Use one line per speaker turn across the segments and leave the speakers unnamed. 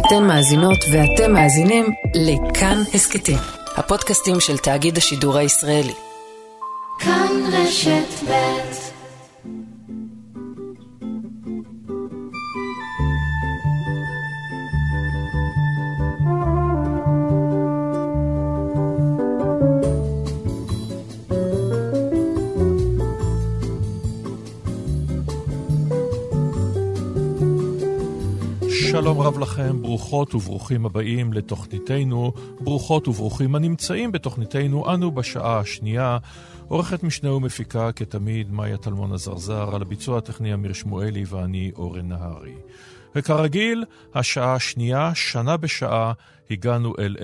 אתן מאזינות ואתם מאזינים לכאן הסכתים, הפודקאסטים של תאגיד השידור הישראלי. כאן רשת ב'.
שלום רב לכם, ברוכות וברוכים הבאים לתוכניתנו, ברוכות וברוכים הנמצאים בתוכניתנו, אנו בשעה השנייה, עורכת משנה ומפיקה כתמיד מאיה טלמון הזרזר, על הביצוע הטכני אמיר שמואלי ואני אורן נהרי. וכרגיל, השעה השנייה, שנה בשעה, הגענו אל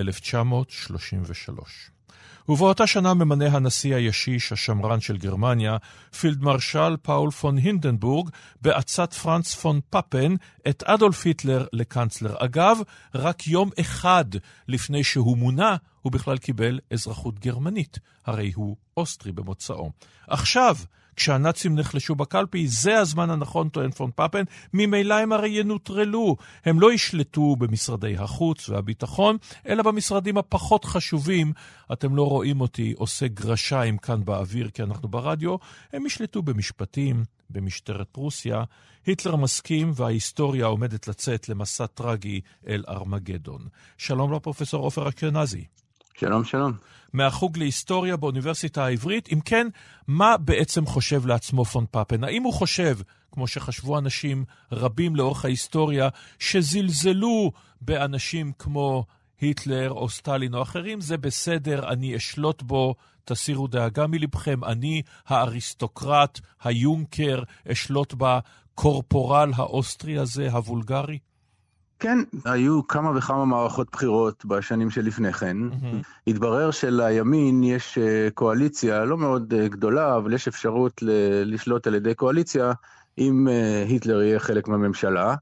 1933. ובאותה שנה ממנה הנשיא הישיש השמרן של גרמניה, פילד מרשל פאול פון הינדנבורג, בעצת פרנץ פון פאפן, את אדולף היטלר לקנצלר. אגב, רק יום אחד לפני שהוא מונה, הוא בכלל קיבל אזרחות גרמנית, הרי הוא אוסטרי במוצאו. עכשיו, כשהנאצים נחלשו בקלפי, זה הזמן הנכון, טוען פון פאפן, ממילא הם הרי ינוטרלו. הם לא ישלטו במשרדי החוץ והביטחון, אלא במשרדים הפחות חשובים. אתם לא רואים אותי עושה גרשיים כאן באוויר, כי אנחנו ברדיו. הם ישלטו במשפטים, במשטרת פרוסיה. היטלר מסכים, וההיסטוריה עומדת לצאת למסע טרגי אל ארמגדון. שלום לפרופסור עופר אשכנזי.
שלום, שלום.
מהחוג להיסטוריה באוניברסיטה העברית. אם כן, מה בעצם חושב לעצמו פון פאפן? האם הוא חושב, כמו שחשבו אנשים רבים לאורך ההיסטוריה, שזלזלו באנשים כמו היטלר או סטלין או אחרים, זה בסדר, אני אשלוט בו, תסירו דאגה מלבכם, אני האריסטוקרט, היונקר, אשלוט בקורפורל האוסטרי הזה, הוולגרי?
כן, היו כמה וכמה מערכות בחירות בשנים שלפני כן. התברר שלימין יש קואליציה לא מאוד גדולה, אבל יש אפשרות לשלוט על ידי קואליציה, אם היטלר יהיה חלק מהממשלה.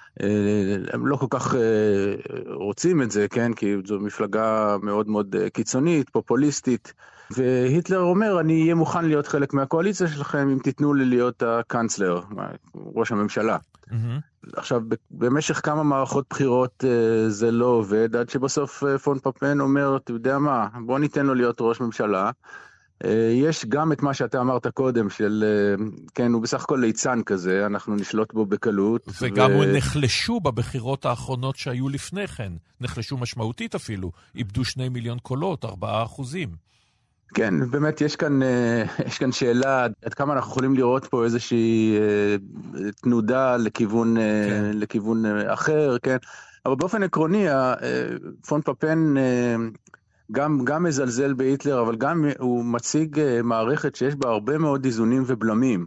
הם לא כל כך רוצים את זה, כן? כי זו מפלגה מאוד מאוד קיצונית, פופוליסטית. והיטלר אומר, אני אהיה מוכן להיות חלק מהקואליציה שלכם, אם תיתנו לי להיות הקנצלר, ראש הממשלה. עכשיו, במשך כמה מערכות בחירות זה לא עובד, עד שבסוף פון פאפן אומר, אתה יודע מה, בוא ניתן לו להיות ראש ממשלה. יש גם את מה שאתה אמרת קודם, של, כן, הוא בסך הכל ליצן כזה, אנחנו נשלוט בו בקלות.
וגם הוא נחלשו בבחירות האחרונות שהיו לפני כן, נחלשו משמעותית אפילו, איבדו 2 מיליון קולות, 4%.
כן, באמת יש כאן שאלה, עד כמה אנחנו יכולים לראות פה איזושהי תנודה לכיוון אחר, כן? אבל באופן עקרוני, פון פאפן גם מזלזל בהיטלר, אבל גם הוא מציג מערכת שיש בה הרבה מאוד איזונים ובלמים.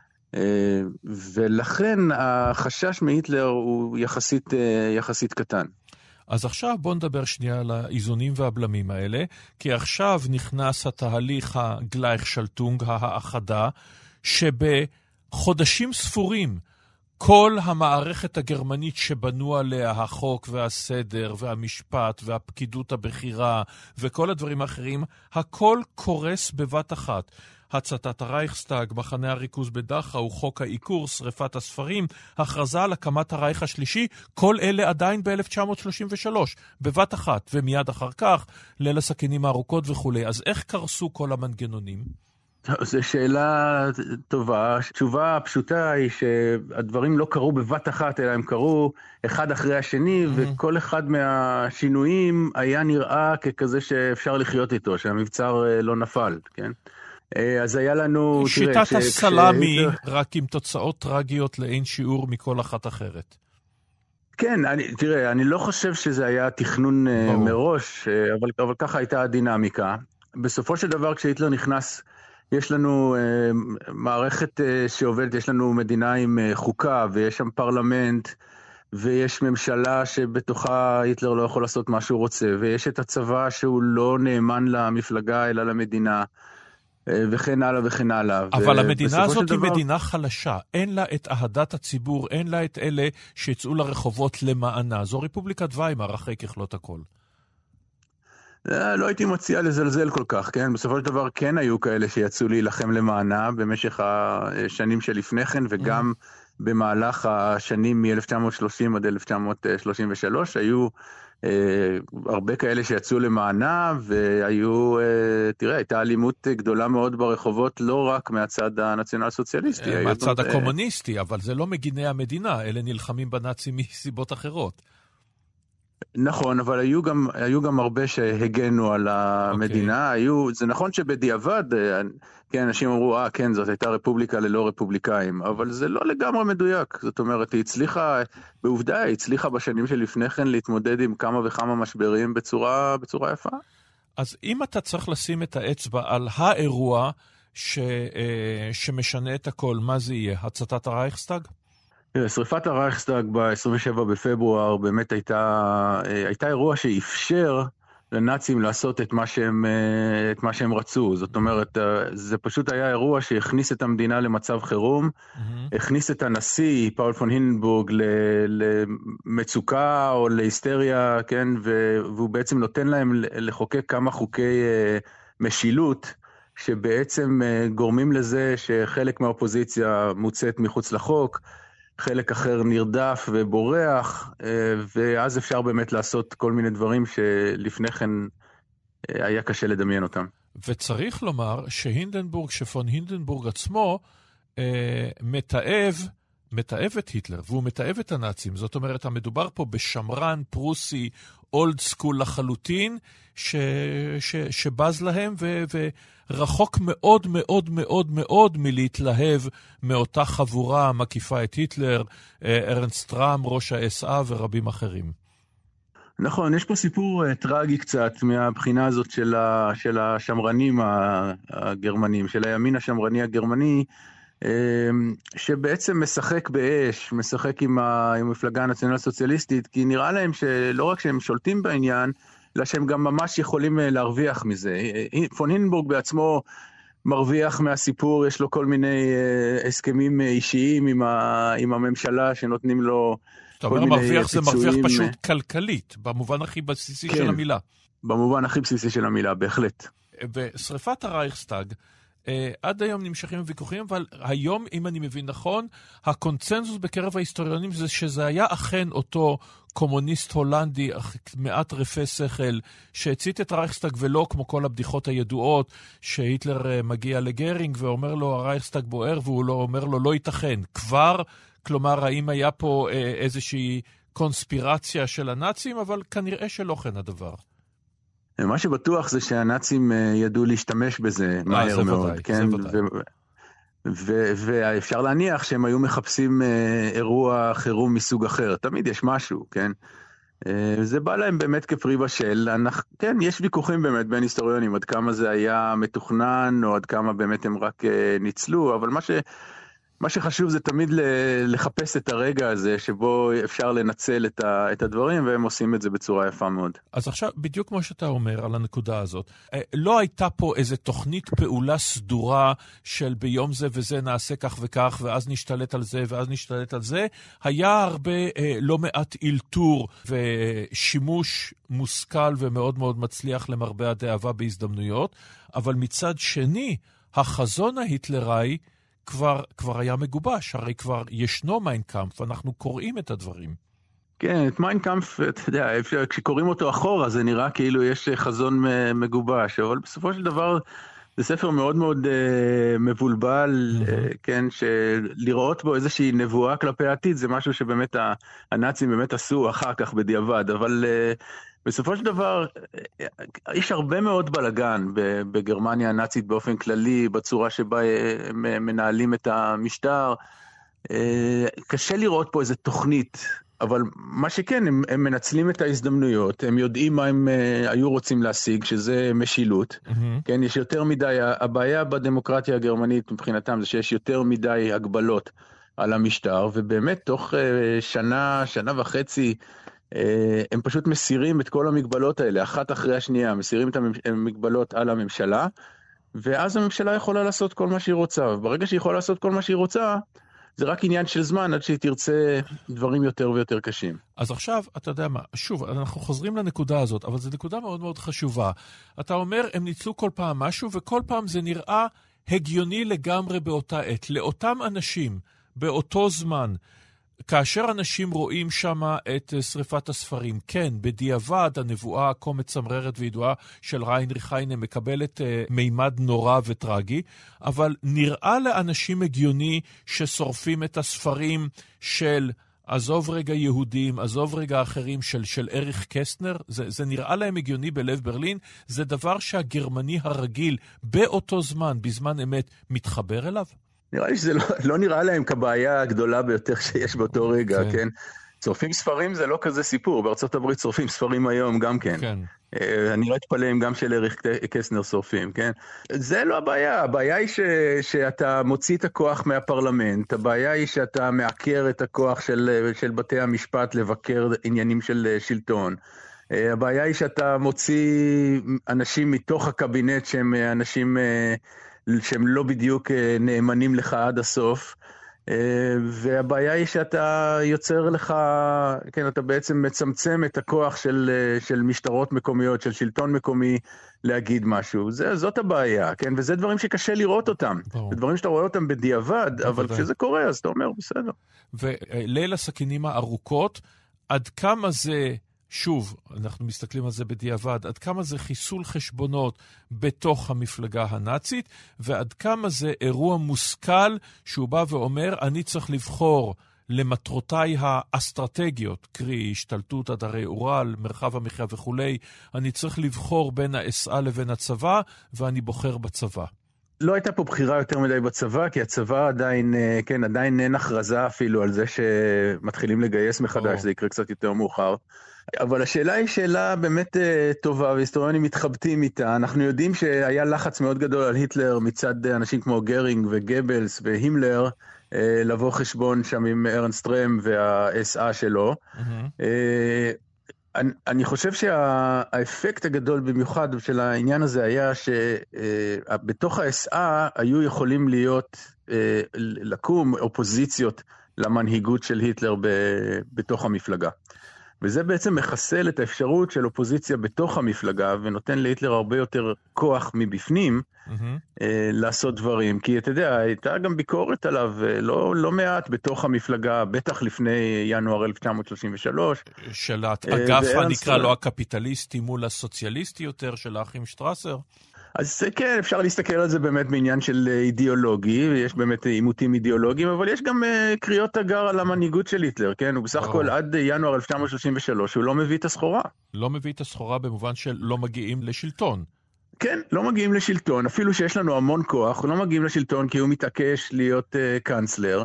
ולכן החשש מהיטלר הוא יחסית קטן.
אז עכשיו בוא נדבר שנייה על האיזונים והבלמים האלה, כי עכשיו נכנס התהליך הגלייכשלטונג, האחדה, שבחודשים ספורים כל המערכת הגרמנית שבנו עליה החוק והסדר והמשפט והפקידות הבכירה וכל הדברים האחרים, הכל קורס בבת אחת. הצתת הרייכסטאג, מחנה הריכוז בדכאו, חוק העיקור, שריפת הספרים, הכרזה על הקמת הרייך השלישי, כל אלה עדיין ב-1933, בבת אחת, ומיד אחר כך, ליל הסכינים הארוכות וכו'. אז איך קרסו כל המנגנונים?
זו שאלה טובה. התשובה הפשוטה היא שהדברים לא קרו בבת אחת, אלא הם קרו אחד אחרי השני, וכל אחד מהשינויים היה נראה ככזה שאפשר לחיות איתו, שהמבצר לא נפל, כן? אז היה לנו...
שיטת הסלאמי, רק עם תוצאות טרגיות לאין שיעור מכל אחת אחרת.
כן, תראה, אני לא חושב שזה היה תכנון מראש, אבל ככה הייתה הדינמיקה. בסופו של דבר, כשהיטלר נכנס, יש לנו מערכת שעובדת, יש לנו מדינה עם חוקה, ויש שם פרלמנט, ויש ממשלה שבתוכה היטלר לא יכול לעשות מה שהוא רוצה, ויש את הצבא שהוא לא נאמן למפלגה אלא למדינה, וכן הלאה וכן הלאה.
אבל המדינה הזאת היא מדינה חלשה, אין לה את אהדת הציבור, אין לה את אלה שיצאו לרחובות למענה. זו רפובליקת ויימאר אחרי ככלות הכל.
לא הייתי מציע לזלזל כל כך, כן? בסופו של דבר כן היו כאלה שיצאו להילחם למענה במשך השנים שלפני כן, וגם במהלך השנים מ-1930 עד 1933, היו הרבה כאלה שיצאו למענה, והיו, תראה, הייתה אלימות גדולה מאוד ברחובות, לא רק מהצד הנציונל סוציאליסטי.
מהצד הקומוניסטי, אבל זה לא מגיני המדינה, אלה נלחמים בנאצים מסיבות אחרות.
נכון, אבל היו גם הרבה שהגנו על המדינה. זה נכון שבדיעבד, כן, אנשים אמרו, כן, זאת הייתה רפובליקה ללא רפובליקאים, אבל זה לא לגמרי מדויק. זאת אומרת, היא הצליחה בשנים שלפני כן להתמודד עם כמה וכמה משברים בצורה יפה.
אז אם אתה צריך לשים את האצבע על האירוע שמשנה את הכל, מה זה יהיה? הצתת הרייכסטאג?
שריפת הרייכסטאג ב-27 בפברואר באמת הייתה אירוע שאפשר לנאצים לעשות את מה שהם רצו. זאת אומרת, זה פשוט היה אירוע שהכניס את המדינה למצב חירום, הכניס את הנשיא פאול פון הינדנבורג למצוקה או להיסטריה, כן? והוא בעצם נותן להם לחוקק כמה חוקי משילות, שבעצם גורמים לזה שחלק מהאופוזיציה מוצאת מחוץ לחוק, חלק אחר נרדף ובורח, ואז אפשר באמת לעשות כל מיני דברים שלפני כן היה קשה לדמיין אותם.
וצריך לומר שפון הינדנבורג עצמו מתאב את היטלר, והוא מתאב את הנאצים. זאת אומרת, המדובר פה בשמרן פרוסי, אולד סקול לחלוטין, שבז להם ורחוק מאוד מאוד מאוד מאוד מלהתלהב מאותה חבורה מקיפה את היטלר, ארנסט רהם, ראש ה-SA ורבים אחרים.
נכון, יש פה סיפור טרגי קצת מהבחינה הזאת של השמרנים הגרמנים, של הימין השמרני הגרמני, שבעצם משחק באש, משחק עם המפלגה הנציונל סוציאליסטית, כי נראה להם שלא רק שהם שולטים בעניין, אלא שהם גם ממש יכולים להרוויח מזה. פון הינדנבורג בעצמו מרוויח מהסיפור, יש לו כל מיני הסכמים אישיים עם הממשלה שנותנים לו כל מיני פיצויים. מרוויח
זה מרוויח פשוט כלכלית, במובן הכי בסיסי של המילה.
במובן הכי בסיסי של המילה, בהחלט.
ושריפת הרייכסטאג, עד היום נמשכים ויכוחים, אבל היום, אם אני מבין נכון, הקונצנזוס בקרב ההיסטוריונים זה שזה היה אכן אותו קומוניסט הולנדי, מעט רפה שכל, שהצית את הרייכסטאג, ולא כמו כל הבדיחות הידועות, שהיטלר מגיע לגרינג ואומר לו, הרייכסטאג בוער, והוא לא אומר לו, לא ייתכן. כבר, כלומר, האם היה פה איזושהי קונספירציה של הנאצים, אבל כנראה שלא כן הדבר.
מה שבטוח זה שהנאצים ידעו להשתמש בזה מהר מאוד, כן? ואפשר להניח שהם היו מחפשים אירוע חירום מסוג אחר. תמיד יש משהו, כן? זה בא להם באמת כפרי בשל. כן, יש ויכוחים באמת בין היסטוריונים, עד כמה זה היה מתוכנן, או עד כמה באמת הם רק ניצלו, אבל מה שחשוב זה תמיד לחפש את הרגע הזה שבו אפשר לנצל את הדברים, והם עושים את זה בצורה יפה מאוד.
אז עכשיו, בדיוק כמו שאתה אומר על הנקודה הזאת, לא הייתה פה איזו תוכנית פעולה סדורה של ביום זה וזה נעשה כך וכך, ואז נשתלט על זה ואז נשתלט על זה. היה הרבה, לא מעט אילתור ושימוש מושכל ומאוד מאוד מצליח למרבה הדאבה בהזדמנויות, אבל מצד שני, החזון ההיטלראי כבר היה מגובש, הרי כבר ישנו מיינקאמפ, אנחנו קוראים את הדברים.
כן, את מיינקאמפ, אתה יודע, כשקוראים אותו אחורה, זה נראה כאילו יש חזון מגובש, אבל בסופו של דבר, זה ספר מאוד מאוד מבולבל, כן, שלראות בו איזושהי נבואה כלפי העתיד, זה משהו שבאמת הנאצים באמת עשו אחר כך בדיעבד, אבל בסופו של דבר, יש הרבה מאוד בלגן בגרמניה הנאצית באופן כללי, בצורה שבה הם מנהלים את המשטר. קשה לראות פה איזו תוכנית, אבל מה שכן, הם מנצלים את ההזדמנויות, הם יודעים מה הם היו רוצים להשיג, שזה משילות. כן, יש יותר מדי, הבעיה בדמוקרטיה הגרמנית מבחינתם זה שיש יותר מדי הגבלות על המשטר, ובאמת תוך שנה וחצי, הם פשוט מסירים את כל המגבלות האלה, אחת אחרי השנייה, מסירים את המגבלות על הממשלה, ואז הממשלה יכולה לעשות כל מה שהיא רוצה, וברגע שהיא יכולה לעשות כל מה שהיא רוצה, זה רק עניין של זמן עד שהיא תרצה דברים יותר ויותר קשים.
אז עכשיו, אתה יודע מה, שוב, אנחנו חוזרים לנקודה הזאת, אבל זו נקודה מאוד מאוד חשובה. אתה אומר, הם ניצלו כל פעם משהו, וכל פעם זה נראה הגיוני לגמרי באותה עת. לאותם אנשים, באותו זמן, כאשר אנשים רואים שם את שריפת הספרים, כן, בדיעבד הנבואה כה מצמררת וידועה של היינריך היינה מקבלת מימד נורא וטרגי, אבל נראה לאנשים הגיוני ששורפים את הספרים של עזוב רגע יהודים, עזוב רגע אחרים של אריך קסטנר, זה נראה להם הגיוני בלב ברלין, זה דבר שהגרמני הרגיל באותו זמן, בזמן אמת, מתחבר אליו?
נראה לי שזה לא נראה להם כבעיה הגדולה ביותר שיש באותו רגע, כן? שורפים ספרים זה לא כזה סיפור, בארצות הברית שורפים ספרים היום גם כן. אני לא אתפלא אם גם של אריך קסטנר שורפים, כן? זה לא הבעיה, הבעיה היא שאתה מוציא את הכוח מהפרלמנט, הבעיה היא שאתה מעקר את הכוח של בתי המשפט לבקר עניינים של שלטון. הבעיה היא שאתה מוציא אנשים מתוך הקבינט שהם אנשים שהם לא בדיוק נאמנים לך עד הסוף, והבעיה היא שאתה יוצר לך, כן, אתה בעצם מצמצם את הכוח של משטרות מקומיות, של שלטון מקומי להגיד משהו. זאת הבעיה, כן, וזה דברים שקשה לראות אותם. זה דברים שאתה רואה אותם בדיעבד, אבל כשזה קורה אז אתה אומר, בסדר.
וליל הסכינים הארוכות, עד כמה זה, שוב, אנחנו מסתכלים על זה בדיעבד, עד כמה זה חיסול חשבונות בתוך המפלגה הנאצית, ועד כמה זה אירוע מושכל שהוא בא ואומר, אני צריך לבחור למטרותיי האסטרטגיות, קרי, השתלטות עד הרי אורל, מרחב המחיה וכולי, אני צריך לבחור בין ה-SA לבין הצבא, ואני בוחר בצבא.
לא הייתה פה בחירה יותר מדי בצבא, כי הצבא עדיין, כן, עדיין אין הכרזה אפילו על זה שמתחילים לגייס מחדש, זה יקרה קצת יותר מאוחר. אבל השאלה היא שאלה באמת טובה, והיסטוריונים מתחבטים איתה. אנחנו יודעים שהיה לחץ מאוד גדול על היטלר מצד אנשים כמו גרינג וגבלס והימלר, לבוא חשבון שם עם ארנסטרם וה-SA שלו. אני חושב שהאפקט הגדול במיוחד של העניין הזה היה שבתוך ה-SA היו יכולים לקום אופוזיציות למנהיגות של היטלר בתוך המפלגה. וזה בעצם מחסל את האפשרות של אופוזיציה בתוך המפלגה, ונותן להיטלר הרבה יותר כוח מבפנים לעשות דברים. כי אתה יודע, הייתה גם ביקורת עליו לא מעט בתוך המפלגה, בטח לפני ינואר 1933.
של האגף הנקרא לו הקפיטליסטי מול הסוציאליסטי יותר, של האחים שטרסר.
אז כן, אפשר להסתכל על זה באמת בעניין של אידיאולוגי, ויש באמת עימותים אידיאולוגיים, אבל יש גם קריאות תגר על המנהיגות של היטלר, כן? הוא בסך הכל עד ינואר 1933, הוא לא מביא את הסחורה.
לא מביא את הסחורה במובן של לא מגיעים לשלטון.
כן, לא מגיעים לשלטון, אפילו שיש לנו המון כוח, לא מגיעים לשלטון כי הוא מתעקש להיות קאנצלר,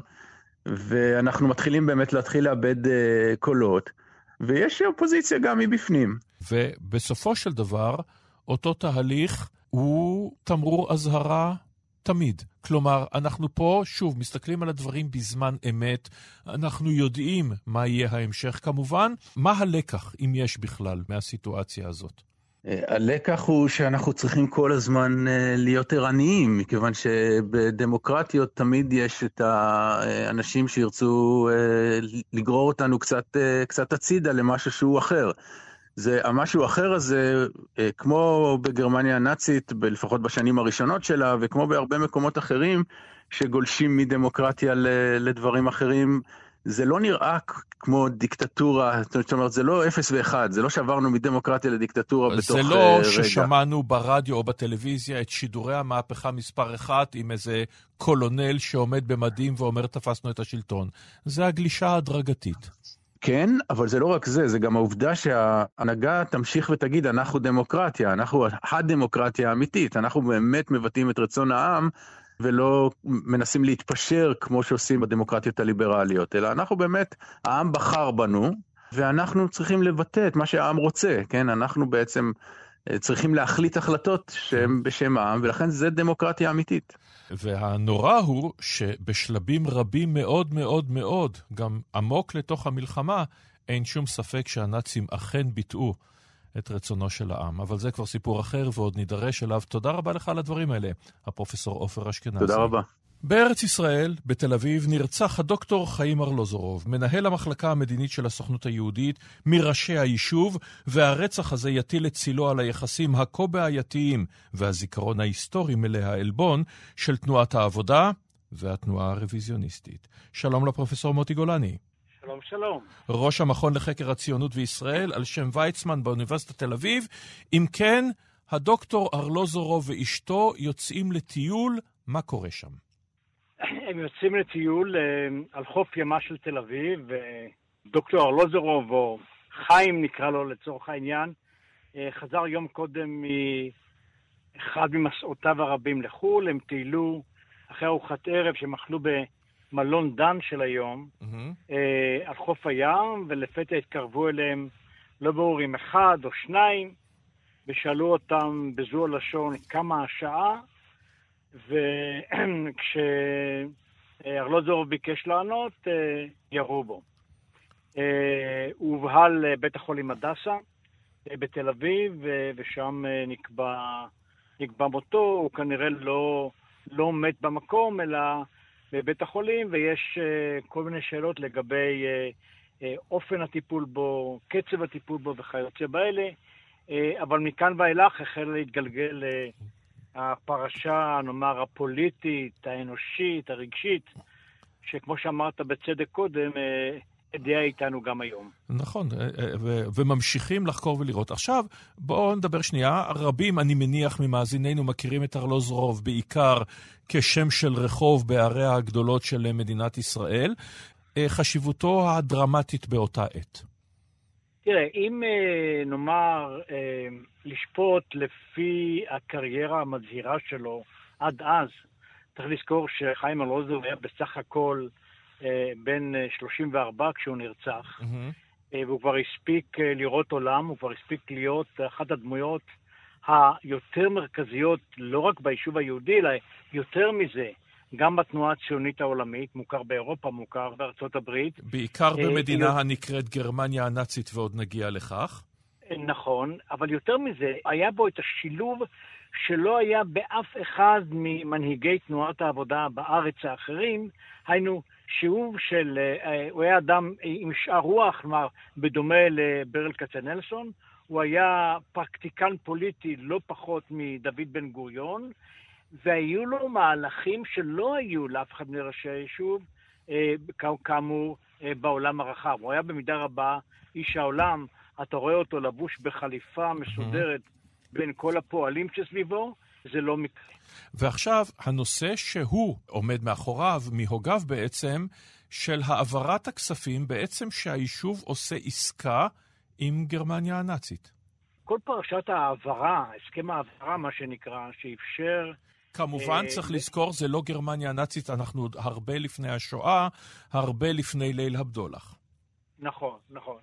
ואנחנו מתחילים באמת לאבד קולות, ויש אופוזיציה גם מבפנים.
ובסופו של דבר, אותו תהליך הוא תמרור אזהרה תמיד. כלומר, אנחנו פה, שוב, מסתכלים על הדברים בזמן אמת, אנחנו יודעים מה יהיה ההמשך כמובן. מה הלקח, אם יש בכלל, מהסיטואציה הזאת?
הלקח הוא שאנחנו צריכים כל הזמן להיות ערניים, מכיוון שבדמוקרטיות תמיד יש את האנשים שירצו לגרור אותנו קצת הצידה למשהו שהוא אחר. המשהו אחר הזה, כמו בגרמניה הנאצית, לפחות בשנים הראשונות שלה, וכמו בהרבה מקומות אחרים שגולשים מדמוקרטיה לדברים אחרים, זה לא נראה כמו דיקטטורה, זאת אומרת, זה לא 0 ו-1, זה לא שעברנו מדמוקרטיה לדיקטטורה בתוך רגע.
זה לא ששמענו ברדיו או בטלוויזיה את שידורי המהפכה מספר 1 עם איזה קולונל שעומד במדים ואומר תפסנו את השלטון. זה הגלישה ההדרגתית.
כן, אבל זה לא רק זה, זה גם העובדה שההנהגה תמשיך ותגיד, אנחנו דמוקרטיה, אנחנו הדמוקרטיה האמיתית, אנחנו באמת מבטאים את רצון העם, ולא מנסים להתפשר כמו שעושים בדמוקרטיות הליברליות, אלא אנחנו באמת, העם בחר בנו, ואנחנו צריכים לבטא את מה שהעם רוצה, כן? אנחנו בעצם צריכים להחליט החלטות שהן בשם העם, ולכן זה דמוקרטיה אמיתית.
והנורא הוא שבשלבים רבים מאוד מאוד מאוד, גם עמוק לתוך המלחמה, אין שום ספק שהנאצים אכן ביטאו את רצונו של העם. אבל זה כבר סיפור אחר ועוד נידרש אליו. תודה רבה לך על הדברים האלה, הפרופסור עופר אשכנזי.
תודה רבה.
בארץ ישראל, בתל אביב, נרצח הדוקטור חיים ארלוזורוב, מנהל המחלקה המדינית של הסוכנות היהודית, מראשי היישוב, והרצח הזה יטיל את צילו על היחסים הכה בעייתיים והזיכרון ההיסטורי מלא העלבון של תנועת העבודה והתנועה הרוויזיוניסטית. שלום לפרופסור מוטי גולני.
שלום, שלום.
ראש המכון לחקר הציונות וישראל על שם ויצמן באוניברסיטת תל אביב. אם כן, הדוקטור ארלוזורוב ואשתו יוצאים לטיול, מה קורה שם?
הם יוצאים לטיול על חוף ימה של תל אביב, ודוקטור ארלוזורוב, או חיים נקרא לו לצורך העניין, חזר יום קודם מאחד ממסעותיו הרבים לחול. הם טיילו אחרי ארוחת ערב שהם אכלו במלון דן של היום, על חוף הים, ולפתע התקרבו אליהם לא ברור אם אחד או שניים, ושאלו אותם בזו הלשון כמה השעה, וכשארלוזורוב ביקש לענות, ירו בו. הוא הובהל לבית החולים הדסה בתל אביב, ושם נקבע מותו. הוא כנראה לא מת במקום, אלא בבית החולים, ויש כל מיני שאלות לגבי אופן הטיפול בו, קצב הטיפול בו וכיוצא באלה, אבל מכאן ואילך החל להתגלגל הפרשה, נאמר, הפוליטית, האנושית, הרגשית, שכמו שאמרת בצדק קודם, הדיעה איתנו גם היום.
נכון, וממשיכים לחקור ולראות. עכשיו, בואו נדבר שנייה. רבים, אני מניח, ממאזינינו מכירים את ארלוזורוב בעיקר כשם של רחוב בעריה הגדולות של מדינת ישראל. חשיבותו הדרמטית באותה עת.
תראה, אם נאמר לשפוט לפי הקריירה המזהירה שלו עד אז, צריך לזכור שחיים ארלוזורוב היה בסך הכל בן 34 כשהוא נרצח, והוא כבר הספיק לראות עולם, הוא כבר הספיק להיות אחת הדמויות היותר מרכזיות, לא רק ביישוב היהודי, אלא יותר מזה, גם בתנועה הציונית העולמית, מוכר באירופה, מוכר בארצות הברית.
בעיקר במדינה הנקראת גרמניה הנאצית, ועוד נגיע לכך.
נכון, אבל יותר מזה, היה בו את השילוב שלא היה באף אחד ממנהיגי תנועת העבודה בארץ האחרים, היינו שיעור של, הוא היה אדם עם שאר רוח, כלומר, בדומה לברל כצנלסון, הוא היה פרקטיקן פוליטי לא פחות מדוד בן גוריון, והיו לו מהלכים שלא היו לאף אחד מראשי היישוב, כאמור, בעולם הרחב. הוא היה במידה רבה איש העולם, אתה רואה אותו לבוש בחליפה מסודרת בין כל הפועלים שסביבו, זה לא מקרה.
ועכשיו, הנושא שהוא עומד מאחוריו, מהוגיו בעצם, של העברת הכספים, בעצם שהיישוב עושה עסקה עם גרמניה הנאצית.
כל פרשת העברה, הסכם העברה, מה שנקרא, שאפשר...
כמובן צריך לזכור, זה לא גרמניה הנאצית, אנחנו הרבה לפני השואה, הרבה לפני ליל הבדולח.
נכון.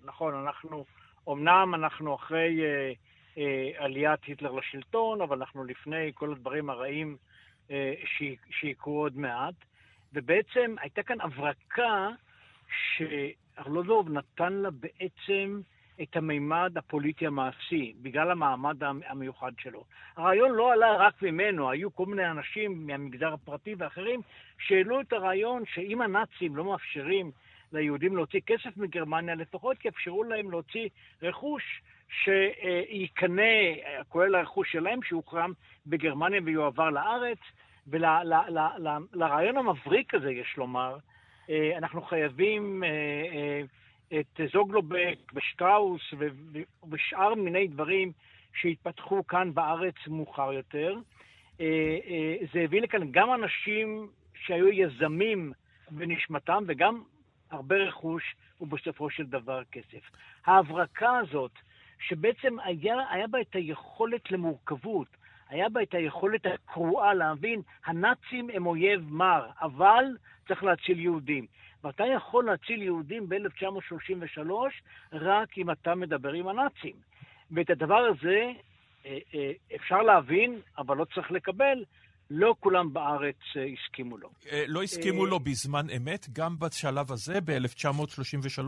אמנם אנחנו אחרי עליית היטלר לשלטון, אבל אנחנו לפני כל הדברים הרעים שיקרו עוד מעט. ובעצם הייתה כאן הברקה שארלוזורוב נתן לה בעצם את המימד הפוליטי המעשי, בגלל המעמד המיוחד שלו. הרעיון לא עלה רק ממנו, היו כל מיני אנשים מהמגזר הפרטי ואחרים שהעלו את הרעיון שאם הנאצים לא מאפשרים ליהודים להוציא כסף מגרמניה, לפחות יאפשרו להם להוציא רכוש שיקנה, כולל הרכוש שלהם שיוחרם בגרמניה ויועבר לארץ, ולרעיון המבריק הזה יש לומר, אנחנו חייבים את זוגלובק ושטראוס ושאר מיני דברים שהתפתחו כאן בארץ מאוחר יותר. זה הביא לכאן גם אנשים שהיו יזמים בנשמתם וגם הרבה רכוש ובסופו של דבר כסף. ההברקה הזאת שבעצם היה בה את היכולת למורכבות, היה בה את היכולת הקרואה להבין, הנאצים הם אויב מר, אבל צריך להציל יהודים. ואתה יכול להציל יהודים ב-1933 רק אם אתה מדבר עם הנאצים. ואת הדבר הזה אפשר להבין, אבל לא צריך לקבל. לא כולם בארץ הסכימו לו.
לא הסכימו לו בזמן אמת, גם בשלב הזה, ב-1933?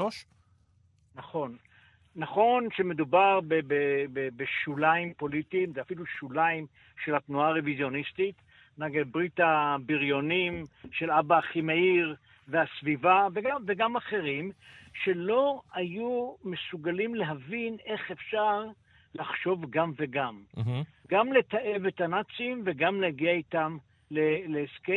נכון שמדובר בשוליים פוליטיים, זה אפילו שוליים של התנועה הרוויזיוניסטית, נגד ברית הבריונים של אבא אחימאיר והסביבה, וגם אחרים, שלא היו מסוגלים להבין איך אפשר לחשוב גם וגם. גם לתאב את הנאצים וגם להגיע איתם להסכם,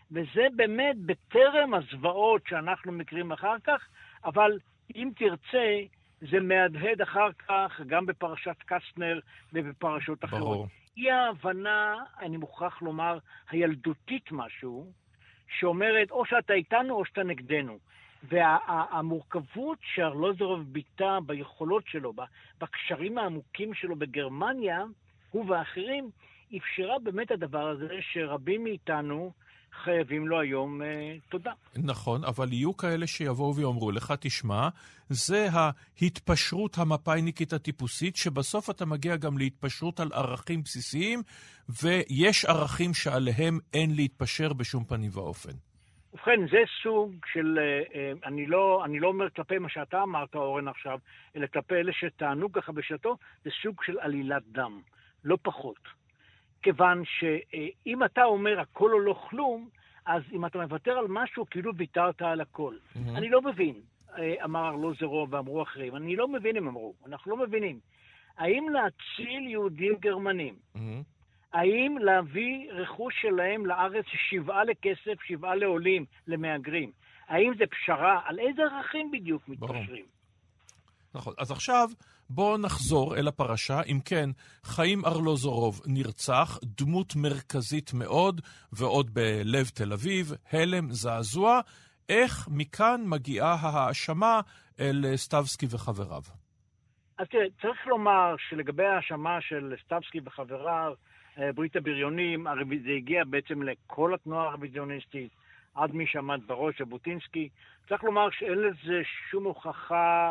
וזה באמת בטרם הזוועות שאנחנו מכירים אחר כך, אבל אם תרצה, זה מהדהד אחר כך גם בפרשת קסטנר ובפרשות אחרות.
ברור.
היא ההבנה, אני מוכרח לומר, הילדותית משהו, שאומרת או שאתה איתנו או שאתה נגדנו. והמורכבות שארלוזורוב ביטא ביכולות שלו, בקשרים העמוקים שלו בגרמניה, הוא ואחרים, אפשרה באמת הדבר הזה שרבים מאיתנו חייבים לו היום תודה.
נכון, אבל יהיו כאלה שיבואו ויאמרו לך, תשמע, זה ההתפשרות המפאיניקית הטיפוסית, שבסוף אתה מגיע גם להתפשרות על ערכים בסיסיים, ויש ערכים שעליהם אין להתפשר בשום פנים ואופן.
ובכן, זה סוג של, אני לא אומר כלפי מה שאתה אמרת, אורן, עכשיו, אלא כלפי אלה שטענו ככה בשעתו, זה סוג של עלילת דם, לא פחות. כיוון שאם אתה אומר הכל או לא כלום, אז אם אתה מוותר על משהו, כאילו ויתרת על הכל. אני לא מבין, אמר ארלוזורוב ואמרו אחרים, אני לא מבין הם אמרו, אנחנו לא מבינים. האם להציל יהודים גרמנים? האם להביא רכוש שלהם לארץ 7 לכסף, 7 לעולים, למהגרים? האם זה פשרה? על איזה ערכים בדיוק מתפשרים?
נכון, אז עכשיו בואו נחזור אל הפרשה. אם כן, חיים ארלוזורוב נרצח, דמות מרכזית מאוד, ועוד בלב תל אביב, הלם, זעזוע. איך מכאן מגיעה ההאשמה אל סטבסקי וחבריו?
אז תראה, צריך לומר שלגבי ההאשמה של סטבסקי וחבריו, ברית הבריונים, זה הגיע בעצם לכל התנועה הרוויזיוניסטית, עד מי שעמד בראש, ז'בוטינסקי. צריך לומר שאין לזה שום הוכחה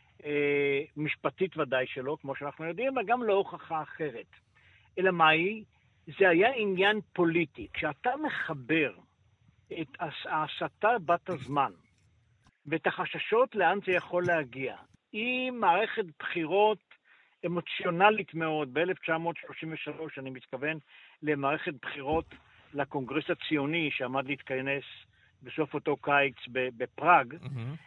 משפטית ודאי שלא, כמו שאנחנו יודעים, אבל גם לא הוכחה אחרת. אלא מהי? זה היה עניין פוליטי. כשאתה מחבר את ההסתה בת הזמן, ואת החששות לאן זה יכול להגיע, עם מערכת בחירות אמוציונלית מאוד, ב-1933, אני מתכוון למערכת בחירות לקונגרס הציוני שעמד להתכנס בסוף אותו קיץ בפראג,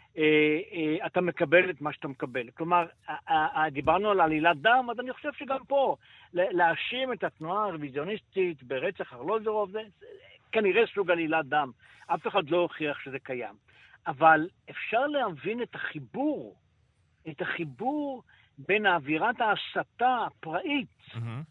אתה מקבל את מה שאתה מקבל. כלומר, דיברנו על עלילת דם, אז אני חושב שגם פה, להאשים את התנועה הרוויזיוניסטית ברצח ארלוזורוב, זה כנראה סוג עלילת דם. אף אחד לא הוכיח שזה קיים. אבל אפשר להבין את החיבור בין אווירת ההסתה הפראית,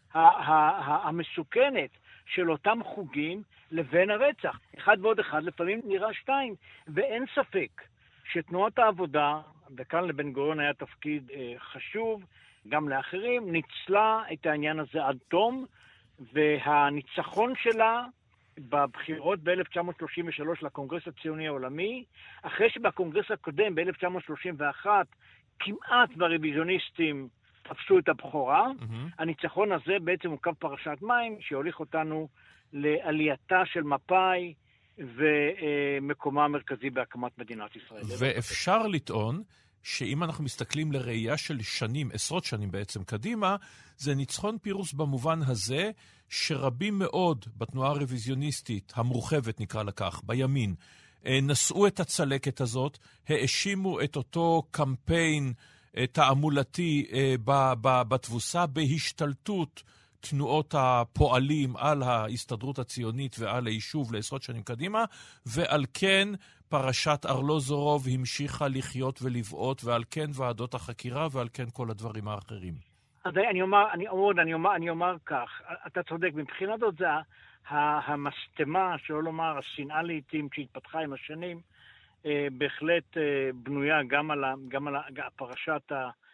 המסוכנת של אותם חוגים, לבין הרצח. 1 ועוד 1 לפעמים נראה 2, ואין ספק שתנועת העבודה, וכאן לבן גוריון היה תפקיד חשוב, גם לאחרים, ניצלה את העניין הזה עד תום, והניצחון שלה בבחירות ב-1933 לקונגרס הציוני העולמי, אחרי שבקונגרס הקודם ב-1931 כמעט ברוויזיוניסטים תפסו את הבכורה, הניצחון הזה בעצם הוא קו פרשת מים שהוליך אותנו לעלייתה של מפא"י ומקומה המרכזי בהקמת מדינת ישראל.
ואפשר לטעון שאם אנחנו מסתכלים לראייה של שנים, עשרות שנים בעצם קדימה, זה ניצחון פירוס במובן הזה שרבים מאוד בתנועה הרוויזיוניסטית, המורחבת נקרא לכך, בימין, נשאו את הצלקת הזאת, האשימו את אותו קמפיין תעמולתי בתבוסה, בהשתלטות תנועות הפועלים על ההסתדרות הציונית ועל היישוב לעשרות שנים קדימה, ועל כן פרשת ארלוזורוב המשיכה לחיות ולבעוט, ועל כן ועדות החקירה, ועל כן כל הדברים האחרים.
אז אני אומר כך, אתה צודק, מבחינת זאת זה המסתמה, שלא לומר השנאה לעתים שהתפתחה עם השנים, בהחלט בנויה גם על פרשת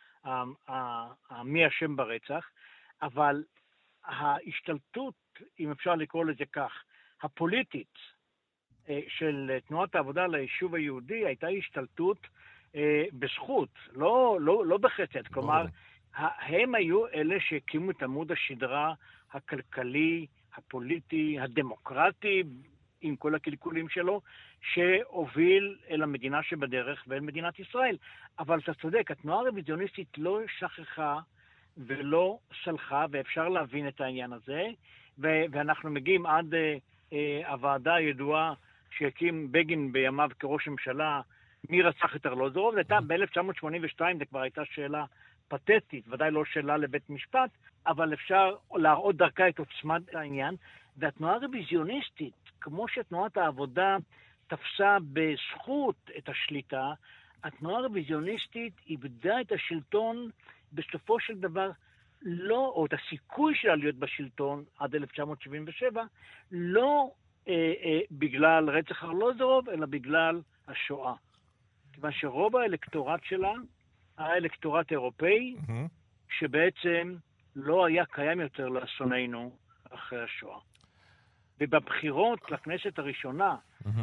מי אשם ברצח, אבל ההשתלטות, אם אפשר לקרוא לזה כך, הפוליטית של תנועת העבודה ליישוב היהודי, הייתה השתלטות בזכות, לא בחסד. כלומר, הם היו אלה שהקימו את עמוד השדרה הכלכלי, הפוליטי, הדמוקרטי, עם כל הקלקולים שלו, שהוביל אל המדינה שבדרך ואל מדינת ישראל. אבל אתה צודק, התנועה הרוויזיוניסטית לא שכחה ולא סלחה, ואפשר להבין את העניין הזה, ואנחנו מגיעים עד הוועדה הידועה שהקים בגין בימיו כראש ממשלה, מי רצח את ארלוזורוב. זה הייתה ב-1982, זה כבר הייתה שאלה פתטית, ודאי לא שאלה לבית משפט, אבל אפשר להראות דרכה את עוצמת העניין, והתנועה הרוויזיוניסטית, כמו שתנועת העבודה תפסה בזכות את השליטה, התנועה הרוויזיוניסטית איבדה את השלטון בסופו של דבר, לא, או את הסיכוי שלה להיות בשלטון עד 1977, לא בגלל רצח ארלוזורוב, אלא בגלל השואה. כיוון שרוב האלקטורט שלה היה אלקטורט אירופאי, שבעצם לא היה קיים יותר לאסוננו אחרי השואה. ובבחירות לכנסת הראשונה,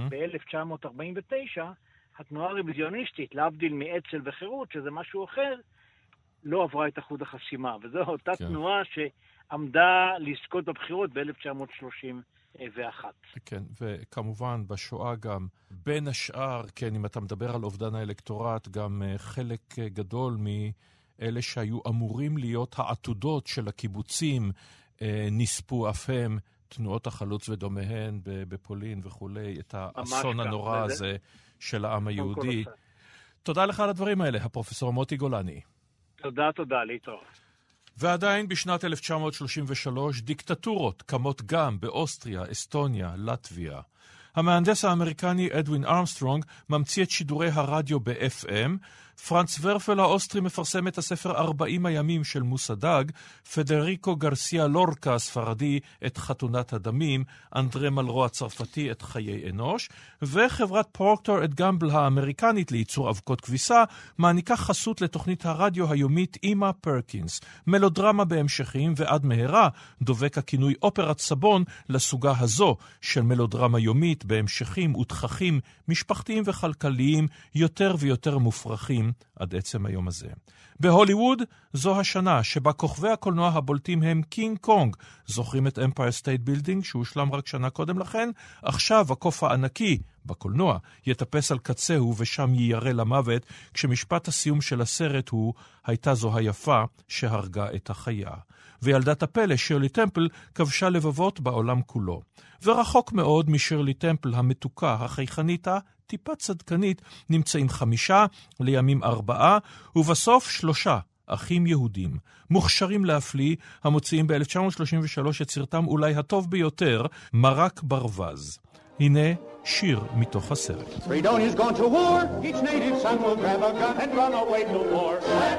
ב-1949, התנועה הרוויזיוניסטית, להבדיל מאצ"ל וחירות, שזה משהו אחר, לא עברה את אחוז החסימה. וזו אותה תנועה שעמדה לזכות בבחירות ב-1931.
כן, וכמובן בשואה גם, בין השאר, כן, אם אתה מדבר על אובדן האלקטורט, גם חלק גדול מאלה שהיו אמורים להיות העתודות של הקיבוצים, נספו אף הם, תנועות החלוץ ודומיהן בפולין וכולי, את האסון הנורא הזה של העם היהודי. תודה לך על הדברים האלה, הפרופסור מוטי גולני.
תודה, להתראות.
ועדיין בשנת 1933 דיקטטורות קמות גם באוסטריה, אסטוניה, לטביה. המהנדס האמריקני אדווין ארמסטרונג ממציא את שידורי הרדיו ב-FM, פרנץ ורפל האוסטרי מפרסם את הספר 40 הימים של מוסדג, פדריקו גרסיה לורקה הספרדי את חתונת הדמים, אנדרה מלרו הצרפתי את חיי אנוש, וחברת פרוקטור את גמבל האמריקנית לייצור אבקות כביסה, מעניקה חסות לתוכנית הרדיו היומית אימה פרקינס, מלודרמה בהמשכים ועד מהרה דובק הכינוי אופרת סבון לסוגה הזו של מלודרמה יומית בהמשכים ותככים משפחתיים וכלכליים יותר ויותר מופרכים עד עצם היום הזה. בהוליווד זו השנה שבה כוכבי הקולנוע הבולטים הם קינג קונג, זוכרים את אמפייר סטייט בילדינג שהושלם רק שנה קודם לכן? עכשיו הקוף הענקי בקולנוע יטפס על קצהו ושם יירה למוות, כשמשפט הסיום של הסרט הוא הייתה זו היפה שהרגה את החיה. וילדת הפלא שירלי טמפל כבשה לבבות בעולם כולו. ורחוק מאוד משירלי טמפל המתוקה, החייכנית, טיפה צדקנית, נמצאים 5, לימים 4, ובסוף 3 אחים יהודים, מוכשרים להפליא, המוציאים ב-1933 את סרטם אולי הטוב ביותר, מרק ברווז. הנה שיר מתוך הסרט.
Freedonia's gone to war, each native son will grab a gun and run away to war.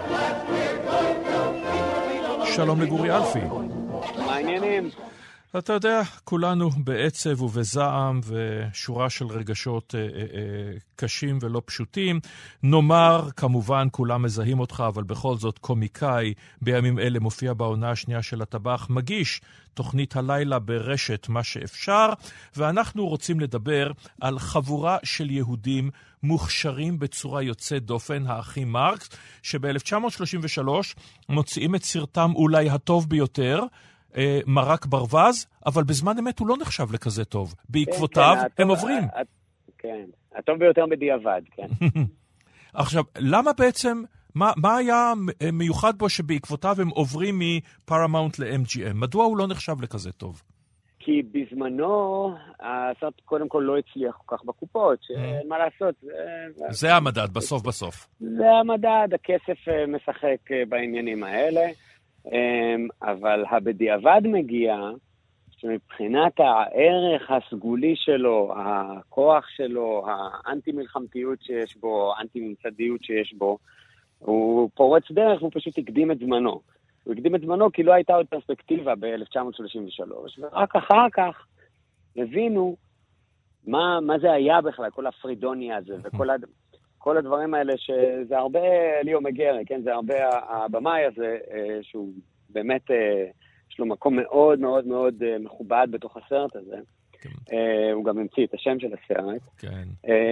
שלום לגורי אלפי.
מה העניינים?
אתה יודע, כולנו בעצב ובזעם ושורה של רגשות קשים ולא פשוטים. נאמר, כמובן, כולם מזהים אותך, אבל בכל זאת קומיקאי בימים אלה מופיע בעונה השנייה של הטבח, מגיש תוכנית הלילה ברשת מה שאפשר, ואנחנו רוצים לדבר על חבורה של יהודים מוכשרים בצורה יוצאת דופן, האחים מרקס, שב-1933 מוציאים את סרטם אולי הטוב ביותר, מרק ברווז, אבל בזמן אמת הוא לא נחשב לכזה טוב. בעקבותיו הם עוברים.
כן, הטוב ביותר בדיעבד, כן.
עכשיו, למה בעצם, מה היה מיוחד בו שבעקבותיו הם עוברים מפרמאונט ל-MGM? מדוע הוא לא נחשב לכזה טוב?
כי בזמנו, הסרט קודם כל לא הצליח כל כך בקופות, שאין מה לעשות.
זה המדד, בסוף.
זה המדד, הכסף משחק בעניינים האלה. אבל הבדיעבד מגיע שמבחינת הערך הסגולי שלו, הכוח שלו, האנטי-מלחמתיות שיש בו, האנטי-ממסדיות שיש בו, הוא פורץ דרך, הוא פשוט הקדים את זמנו. הוא הקדים את זמנו כי לא הייתה עוד פרספקטיבה ב-1933, ורק אחר כך הבינו מה זה היה בכלל, כל הפרידוניה הזה וכל הדברים האלה, שזה הרבה ליאו מגרי, כן? זה הרבה הבמאי הזה, שהוא באמת, יש לו מקום מאוד מאוד מאוד מכובד בתוך הסרט הזה. כן. הוא גם המציא את השם של הסרט.
כן.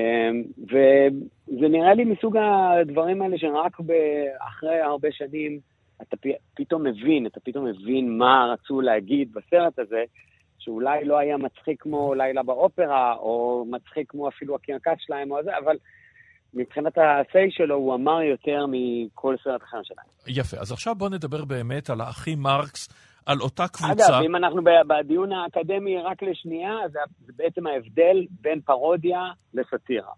וזה נראה לי מסוג הדברים האלה שרק אחרי הרבה שנים, אתה פתאום מבין מה רצו להגיד בסרט הזה, שאולי לא היה מצחיק כמו לילה באופרה, או מצחיק כמו אפילו הקרקס שלהם או זה, אבל מבחינת ה-say שלו, הוא אמר יותר מכל סרט אחר שלהם.
יפה, אז עכשיו בוא נדבר באמת על האחים מרקס, על אותה קבוצה.
אגב, אם אנחנו בדיון האקדמי רק לשנייה, זה בעצם ההבדל בין פרודיה לסאטירה.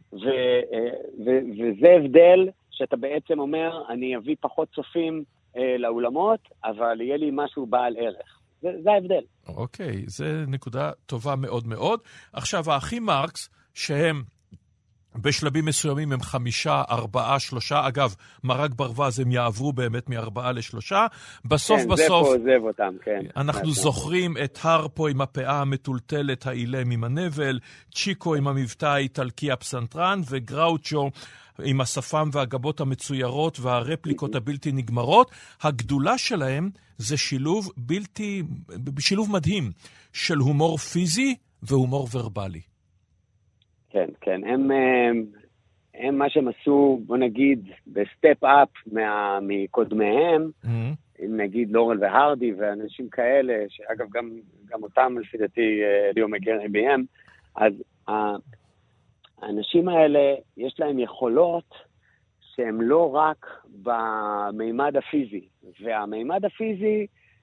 וזה הבדל שאתה בעצם אומר, אני אביא פחות צופים לאולמות, אבל יהיה לי משהו בעל ערך. זה ההבדל.
אוקיי, זה נקודה טובה מאוד מאוד. עכשיו, האחים מרקס, שהם בשלבים מסוימים הם 5, 4, 3, אגב, מרק ברווז הם יעברו באמת מ4 ל3, בסוף
כן,
בסוף,
זה פה עוזב אותם, כן.
אנחנו זוכרים את הרפו עם הפאה המטולטלת, האילם עם הנבל, צ'יקו עם המבטא האיטלקי הפסנתרן, וגראוצ'ו עם השפם והגבות המצוירות והרפליקות הבלתי נגמרות. הגדולה שלהם זה שילוב מדהים של הומור פיזי והומור ורבלי.
כן, כן. הם מה שהם עשו, בוא נגיד, בסטפ אפ מקודמיהם, נגיד לורל והרדי ואנשים כאלה, שאגב גם אותם לפי דעתי ליאו מגרני ביים, אז האנשים האלה יש להם יכולות שהם לא רק במימד הפיזי, והמימד הפיזי,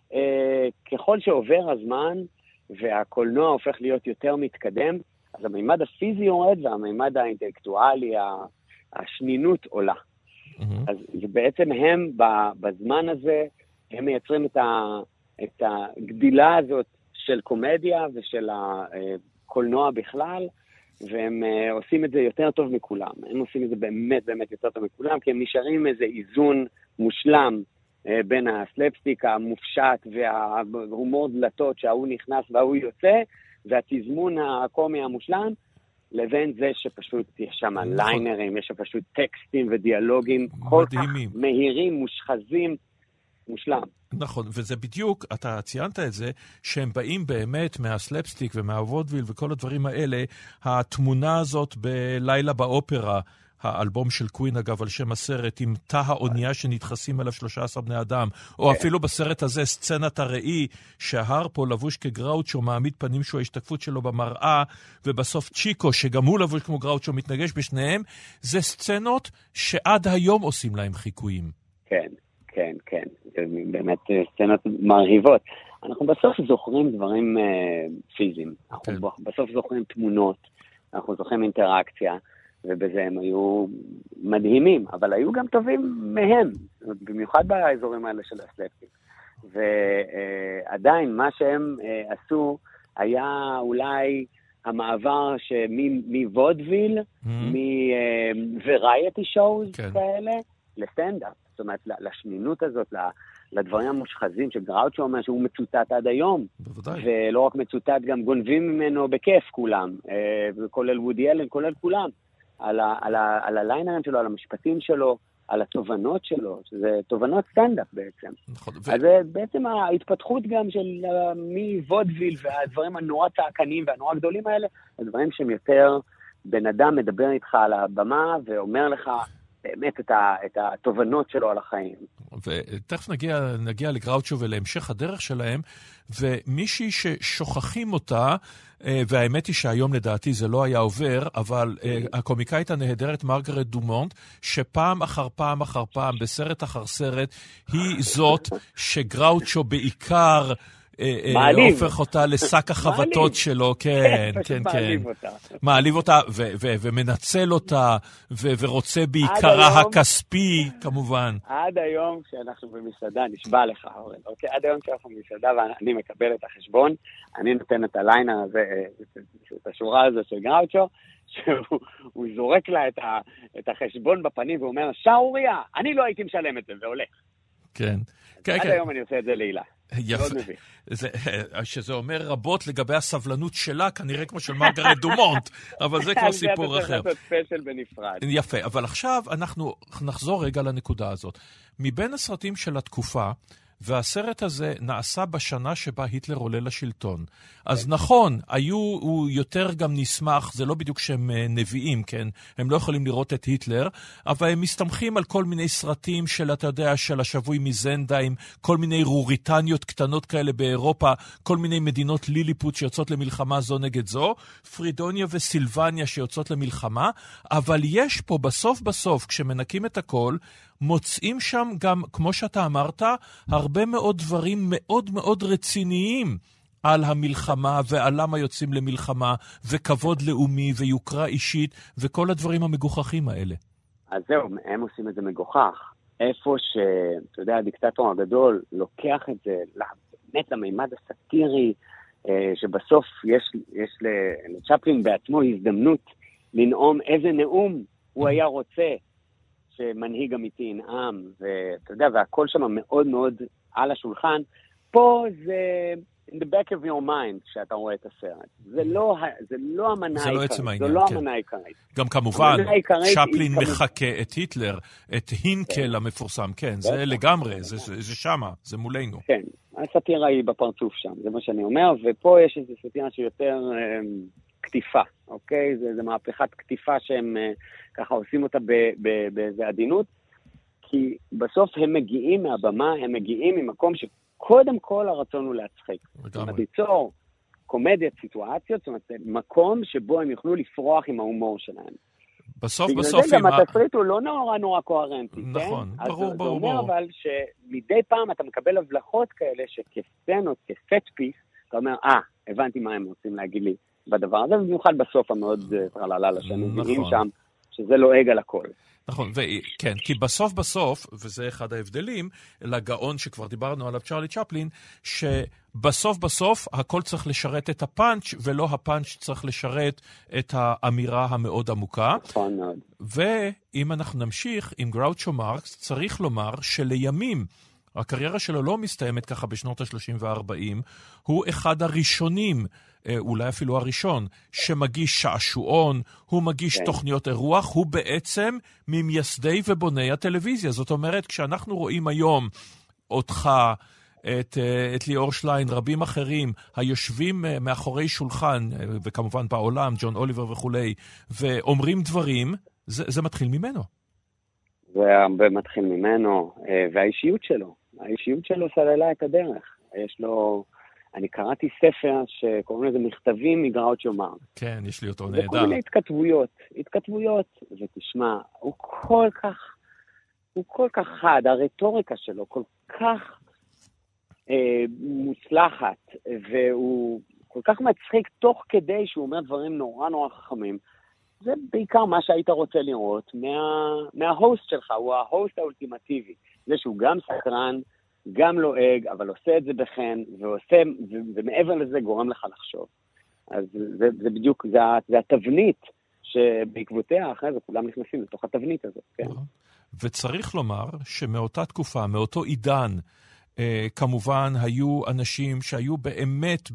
ככל שעובר הזמן והקולנוע הופך להיות יותר מתקדם, אז המימד הפיזי יורד והמימד האינטלקטואלי, השנינות עולה. אז בעצם הם בזמן הזה, הם מייצרים את הגדילה הזאת של קומדיה ושל הקולנוע בכלל, והם עושים את זה יותר טוב מכולם. הם עושים את זה באמת באמת יותר טוב מכולם, כי הם נשארים איזה איזון מושלם בין הסלפסטיק המופשט וההומור דלתות שההוא נכנס וההוא יוצא, והתזמון הקומי המושלם, לבין זה שפשוט יש שם ליינרים, יש שם פשוט טקסטים ודיאלוגים כל כך מהירים, מושחזים, מושלם.
נכון, וזה בדיוק, אתה ציינת את זה, שהם באים באמת מהסלפסטיק ומהוודוויל וכל הדברים האלה, התמונה הזאת בלילה באופרה, האלבום של קווין אגב על שם הסרט, עם תא האונייה שנדחסים עליו 13 בני אדם, או אפילו בסרט הזה סצנת הראי, שהרפו לבוש כגראוצ'ו מעמיד פנים שהוא ההשתקפות שלו במראה, ובסוף צ'יקו שגם הוא לבוש כמו גראוצ'ו מתנגש בשניהם, זה סצנות שעד היום עושים להם חיקויים.
כן, כן, כן, זה באמת סצנות מרהיבות. אנחנו בסוף זוכרים דברים פיזיים, אנחנו בסוף זוכרים תמונות, אנחנו זוכרים אינטראקציה, ובזה הם היו מדהימים, אבל היו גם טובים מהם, במיוחד באזורים האלה של הסלפטיק. ועדיין, מה שהם עשו היה אולי המעבר מוודוויל, מוורייטי שואוז כאלה, לסטנדאפ. זאת אומרת, לשנינות הזאת, לדברים המושחזים שגראוצ'ו אומר שהוא מצוטט עד היום.
בוודאי.
ולא רק מצוטט, גם גונבים ממנו בכיף כולם, כולל וודי אלן, כולל כולם. על הליינרים שלו, על המשפטים שלו, על התובנות שלו, שזה תובנות סטנדאפ בעצם. נכון. אז זה בעצם ההתפתחות גם של מוודוויל והדברים הנורא צעקניים והנורא גדולים האלה, הדברים שהם יותר בן אדם מדבר איתך על הבמה ואומר לך באמת את התובנות שלו על החיים.
ותכף נגיע לגראוצ'ו ולהמשך הדרך שלהם, ומישהי ששוכחים אותה, והאמת היא שהיום לדעתי זה לא היה עובר, אבל הקומיקאית הנהדרת מרגרט דומונט, שפעם אחר פעם אחר פעם, בסרט אחר סרט, היא זאת שגראוצ'ו בעיקר הופך אותה לשק החבטות שלו, כן, כן, כן. מעליב אותה ומנצל אותה, ורוצה בעיקרה הכספי, כמובן.
עד היום שאנחנו במסעדה, נשבע לך, אורן, אוקיי? עד היום שאנחנו במסעדה ואני מקבל את החשבון, אני נותן את הליינר הזה, את השורה הזו של גראוצ'ו, שהוא זורק לה את החשבון בפנים ואומר, שעוריה, אני לא הייתי משלם את זה, והולך.
כן.
עד היום אני עושה את זה לילה.
יפה. שזה אומר רבות לגבי הסבלנות שלה, כנראה כמו של מרגרט דומונט, אבל זה כבר סיפור אחר.
זה ספיישל בנפרד.
יפה, אבל עכשיו אנחנו נחזור רגע לנקודה הזאת. מבין הסרטים של התקופה, והסרט הזה נעשה בשנה שבה היטלר עולה לשלטון. אז נכון, הוא יותר גם נשמח, זה לא בדיוק שהם נביאים, כן? הם לא יכולים לראות את היטלר, אבל הם מסתמכים על כל מיני סרטים של, אתה יודע, של השבוי מזנדה, עם כל מיני רוריטניות קטנות כאלה באירופה, כל מיני מדינות ליליפוט שיוצאות למלחמה זו נגד זו, פרידוניה וסילבניה שיוצאות למלחמה, אבל יש פה בסוף, כשמנקים את הכל, מוצאים שם גם, כמו שאתה אמרת, הרבה מאוד דברים מאוד מאוד רציניים על המלחמה ועל למה יוצאים למלחמה, וכבוד לאומי ויוקרה אישית, וכל הדברים המגוחכים האלה.
אז זהו, הם עושים את זה מגוחך. איפה אתה יודע, הדיקטטור הגדול לוקח את זה באמת למימד הסאטירי, שבסוף יש לצ'פלין בעצמו הזדמנות לנאום איזה נאום הוא היה רוצה שמנהיג אמיתי ינאם, ואתה יודע, והכל שם מאוד מאוד על השולחן. פה זה in the back of your mind שאתה רואה את הסרט. זה לא המנה העיקרית.
זה לא עצם העניין,
זה לא
כן.
המנה העיקרית.
גם כמובן, צ'פלין מחכה את היטלר, את הינקל המפורסם, כן, זה לגמרי, זה שמה, זה מולנו.
כן, הסאטירה היא בפרצוף שם, זה מה שאני אומר, ופה יש איזו סאטירה שיותר כתיפה, אוקיי? זה מהפכת כתיפה שהם ככה עושים אותה באיזה עדינות, כי בסוף הם מגיעים מהבמה, הם מגיעים ממקום שקודם כל הרצון הוא להצחיק. זאת אומרת, ליצור קומדיית סיטואציות, זאת אומרת, מקום שבו הם יוכלו לפרוח עם ההומור שלהם.
בסוף
בגלל זה גם התסריט הוא לא נורא קוהרנטי,
נכון,
כן?
ברור.
זה אומר אבל שמדי פעם אתה מקבל הבלחות כאלה שכסצנות, כסט פיס, אתה אומר, הבנתי מה הם רוצים להגיד לי בדבר הזה, ובמיוחד בסוף המאוד טרללה לשנים, נראים שם שזה לועג על הכל.
נכון, כן, כי בסוף, וזה אחד ההבדלים, לגאון שכבר דיברנו עליו, צ'רלי צ'פלין, שבסוף הכל צריך לשרת את הפאנץ' ולא הפאנץ' צריך לשרת את האמירה המאוד עמוקה.
נכון מאוד.
ואם אנחנו נמשיך עם גראוצ'ו מרקס, צריך לומר שלימים, הקריירה שלו לא מסתיימת ככה בשנות ה-30 וה-40, הוא אחד הראשונים, אולי אפילו הראשון, שמגיש שעשועון, הוא מגיש תוכניות אירוח, הוא בעצם ממייסדי ובוני הטלוויזיה. זאת אומרת, כשאנחנו רואים היום אותך, את ליאור שליין, רבים אחרים, היושבים מאחורי שולחן, וכמובן בעולם, ג'ון אוליבר וכולי, ואומרים דברים, זה מתחיל ממנו.
זה הרבה מתחיל ממנו, והאישיות שלו סללה את הדרך. יש לו, אני קראתי ספר שקוראים לזה מכתבים מגראוצ'ו מרקס.
כן, יש לי אותו נהדר.
וכל מיני התכתבויות, ותשמע, הוא כל כך חד, הרטוריקה שלו כל כך מוצלחת, והוא כל כך מצחיק תוך כדי שהוא אומר דברים נורא חכמים. זה בעיקר מה שהיית רוצה לראות מההוסט שלך, הוא ההוסט האולטימטיבי. זה שהוא גם סקרן, גם לועג, אבל עושה את זה בחן, ומעבר לזה גורם לך לחשוב. אז זה בדיוק, זה התבנית שבעקבותיה אחרי זה כולם נכנסים לתוך התבנית הזאת. כן?
וצריך לומר שמאותה תקופה, מאותו עידן, כמובן היו אנשים שהיו באמת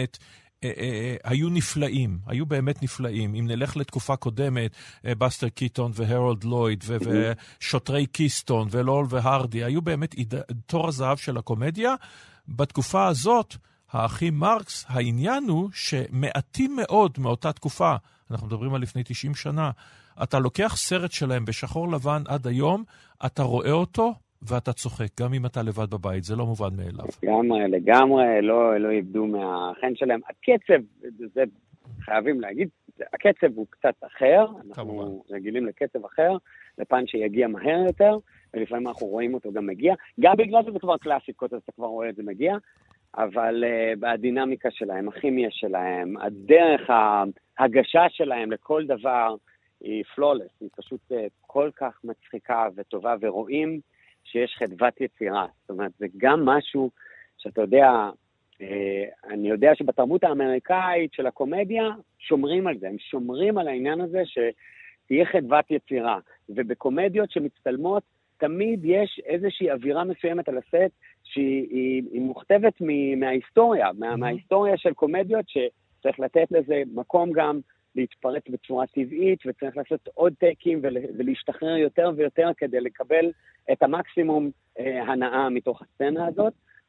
היו נפלאים, היו באמת נפלאים. אם נלך לתקופה קודמת, בסטר קיטון והרולד לויד ושוטרי קיסטון ולול והרדי, היו באמת תור הזהב של הקומדיה. בתקופה הזאת, האחים מרקס, העניין הוא שמעטים מאוד מאותה תקופה, אנחנו מדברים על לפני 90 שנה, אתה לוקח סרט שלהם בשחור לבן עד היום, אתה רואה אותו, ואתה צוחק, גם אם אתה לבד בבית, זה לא מובן מאליו.
לגמרי, לא איבדו מהחן שלהם. הקצב, זה חייבים להגיד, הקצב הוא קצת אחר, אנחנו רגילים לקצב אחר, לפן שיגיע מהר יותר, ולפעמים אנחנו רואים אותו גם מגיע, גם בגלל שזה כבר קלאסיקות, אז אתה כבר רואה את זה מגיע, אבל בדינמיקה שלהם, הכימיה שלהם, הדרך ההגשה שלהם לכל דבר, היא פלולס, היא פשוט כל כך מצחיקה וטובה, ורואים שיש חדוות יצירה. זאת אומרת, זה גם משהו שאתה יודע, אני יודע שבתרבות האמריקאית של הקומדיה, שומרים על זה, הם שומרים על העניין הזה שתהיה חדוות יצירה. ובקומדיות שמצטלמות, תמיד יש איזושהי אווירה מסוימת על הסט, שהיא מוכתבת מההיסטוריה, מההיסטוריה של קומדיות, שצריך לתת לזה מקום גם להתפרט בצורה טבעית, וצריך לעשות עוד טייקים ולהשתחרר יותר ויותר כדי לקבל את המקסימום הנאה מתוך הסצנה הזאת,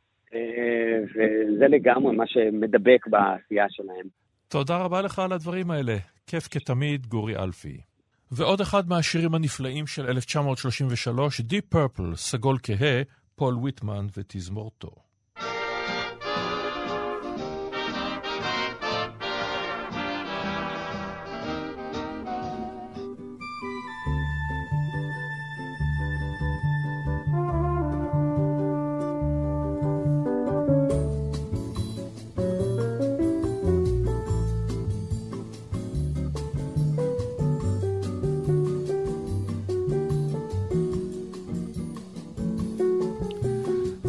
וזה לגמרי מה שמדבק בעשייה שלהם.
תודה רבה לך על הדברים האלה. כיף כתמיד, גורי אלפי. ועוד אחד מהשירים הנפלאים של 1933, Deep Purple, סגול כהה, פול ויטמן ותזמורתו.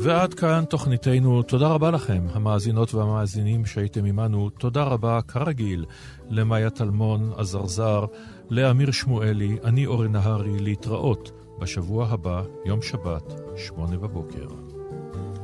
ועד כאן תוכניתנו. תודה רבה לכם, המאזינות והמאזינים שהייתם עמנו. תודה רבה, כרגיל, למאיה טלמון עזרזר, לאמיר שמואלי, אני אורן נהרי, להתראות בשבוע הבא, יום שבת, 8 בבוקר.